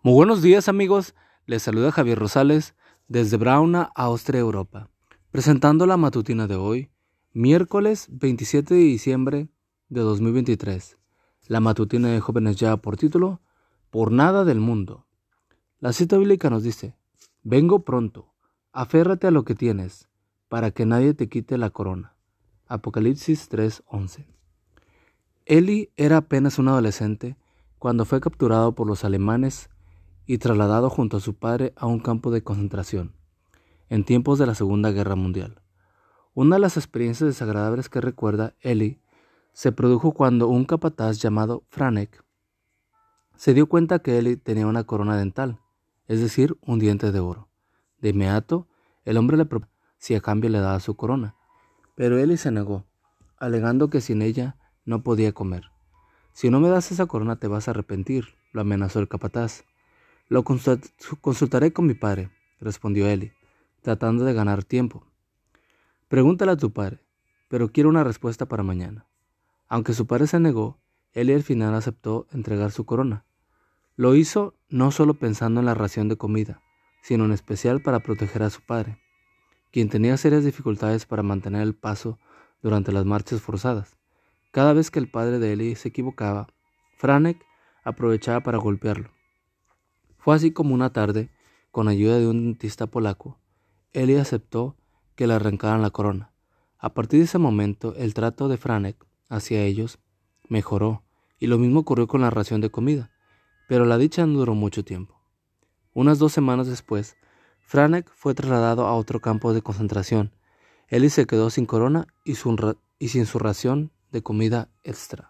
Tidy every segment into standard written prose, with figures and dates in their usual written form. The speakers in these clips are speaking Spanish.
Muy buenos días amigos, les saluda Javier Rosales desde Brauna, Austria, Europa, presentando la matutina de hoy, miércoles 27 de diciembre de 2023. La matutina de jóvenes ya por título, Por nada del mundo. La cita bíblica nos dice, vengo pronto, aférrate a lo que tienes, para que nadie te quite la corona. Apocalipsis 3:11. Eli era apenas un adolescente cuando fue capturado por los alemanes y trasladado junto a su padre a un campo de concentración, en tiempos de la Segunda Guerra Mundial. Una de las experiencias desagradables que recuerda Eli se produjo cuando un capataz llamado Franek se dio cuenta que Eli tenía una corona dental, es decir, un diente de oro. De inmediato, el hombre le propuso si a cambio le daba su corona, pero Eli se negó, alegando que sin ella no podía comer. Si no me das esa corona te vas a arrepentir, lo amenazó el capataz. Lo consultaré con mi padre, respondió Eli, tratando de ganar tiempo. Pregúntale a tu padre, pero quiero una respuesta para mañana. Aunque su padre se negó, Eli al final aceptó entregar su corona. Lo hizo no solo pensando en la ración de comida, sino en especial para proteger a su padre, quien tenía serias dificultades para mantener el paso durante las marchas forzadas. Cada vez que el padre de Eli se equivocaba, Franek aprovechaba para golpearlo. Fue así como una tarde, con ayuda de un dentista polaco, Eli aceptó que le arrancaran la corona. A partir de ese momento, el trato de Franek hacia ellos mejoró, y lo mismo ocurrió con la ración de comida, pero la dicha no duró mucho tiempo. Unas 2 semanas después, Franek fue trasladado a otro campo de concentración. Eli se quedó sin corona y sin su ración de comida extra.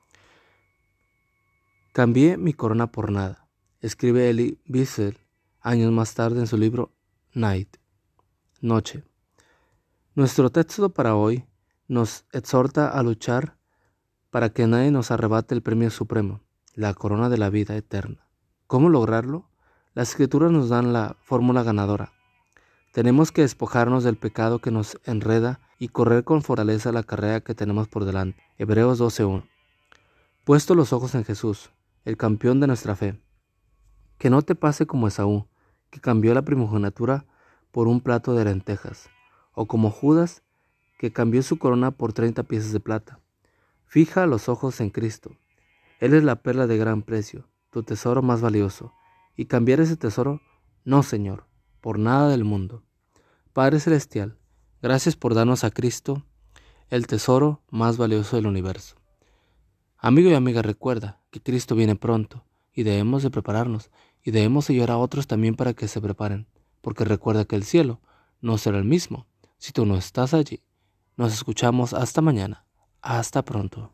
Cambié mi corona por nada, escribe Elie Wiesel años más tarde en su libro Night, Noche. Nuestro texto para hoy nos exhorta a luchar para que nadie nos arrebate el premio supremo, la corona de la vida eterna. ¿Cómo lograrlo? Las Escrituras nos dan la fórmula ganadora. Tenemos que despojarnos del pecado que nos enreda y correr con fortaleza la carrera que tenemos por delante. Hebreos 12:1. Puesto los ojos en Jesús, el campeón de nuestra fe. Que no te pase como Esaú, que cambió la primogenitura por un plato de lentejas, o como Judas, que cambió su corona por 30 piezas de plata. Fija los ojos en Cristo. Él es la perla de gran precio, tu tesoro más valioso, y cambiar ese tesoro, no, Señor, por nada del mundo. Padre Celestial, gracias por darnos a Cristo, el tesoro más valioso del universo. Amigo y amiga, recuerda que Cristo viene pronto y debemos de prepararnos y debemos ayudar a otros también para que se preparen, porque recuerda que el cielo no será el mismo si tú no estás allí. Nos escuchamos hasta mañana. Hasta pronto.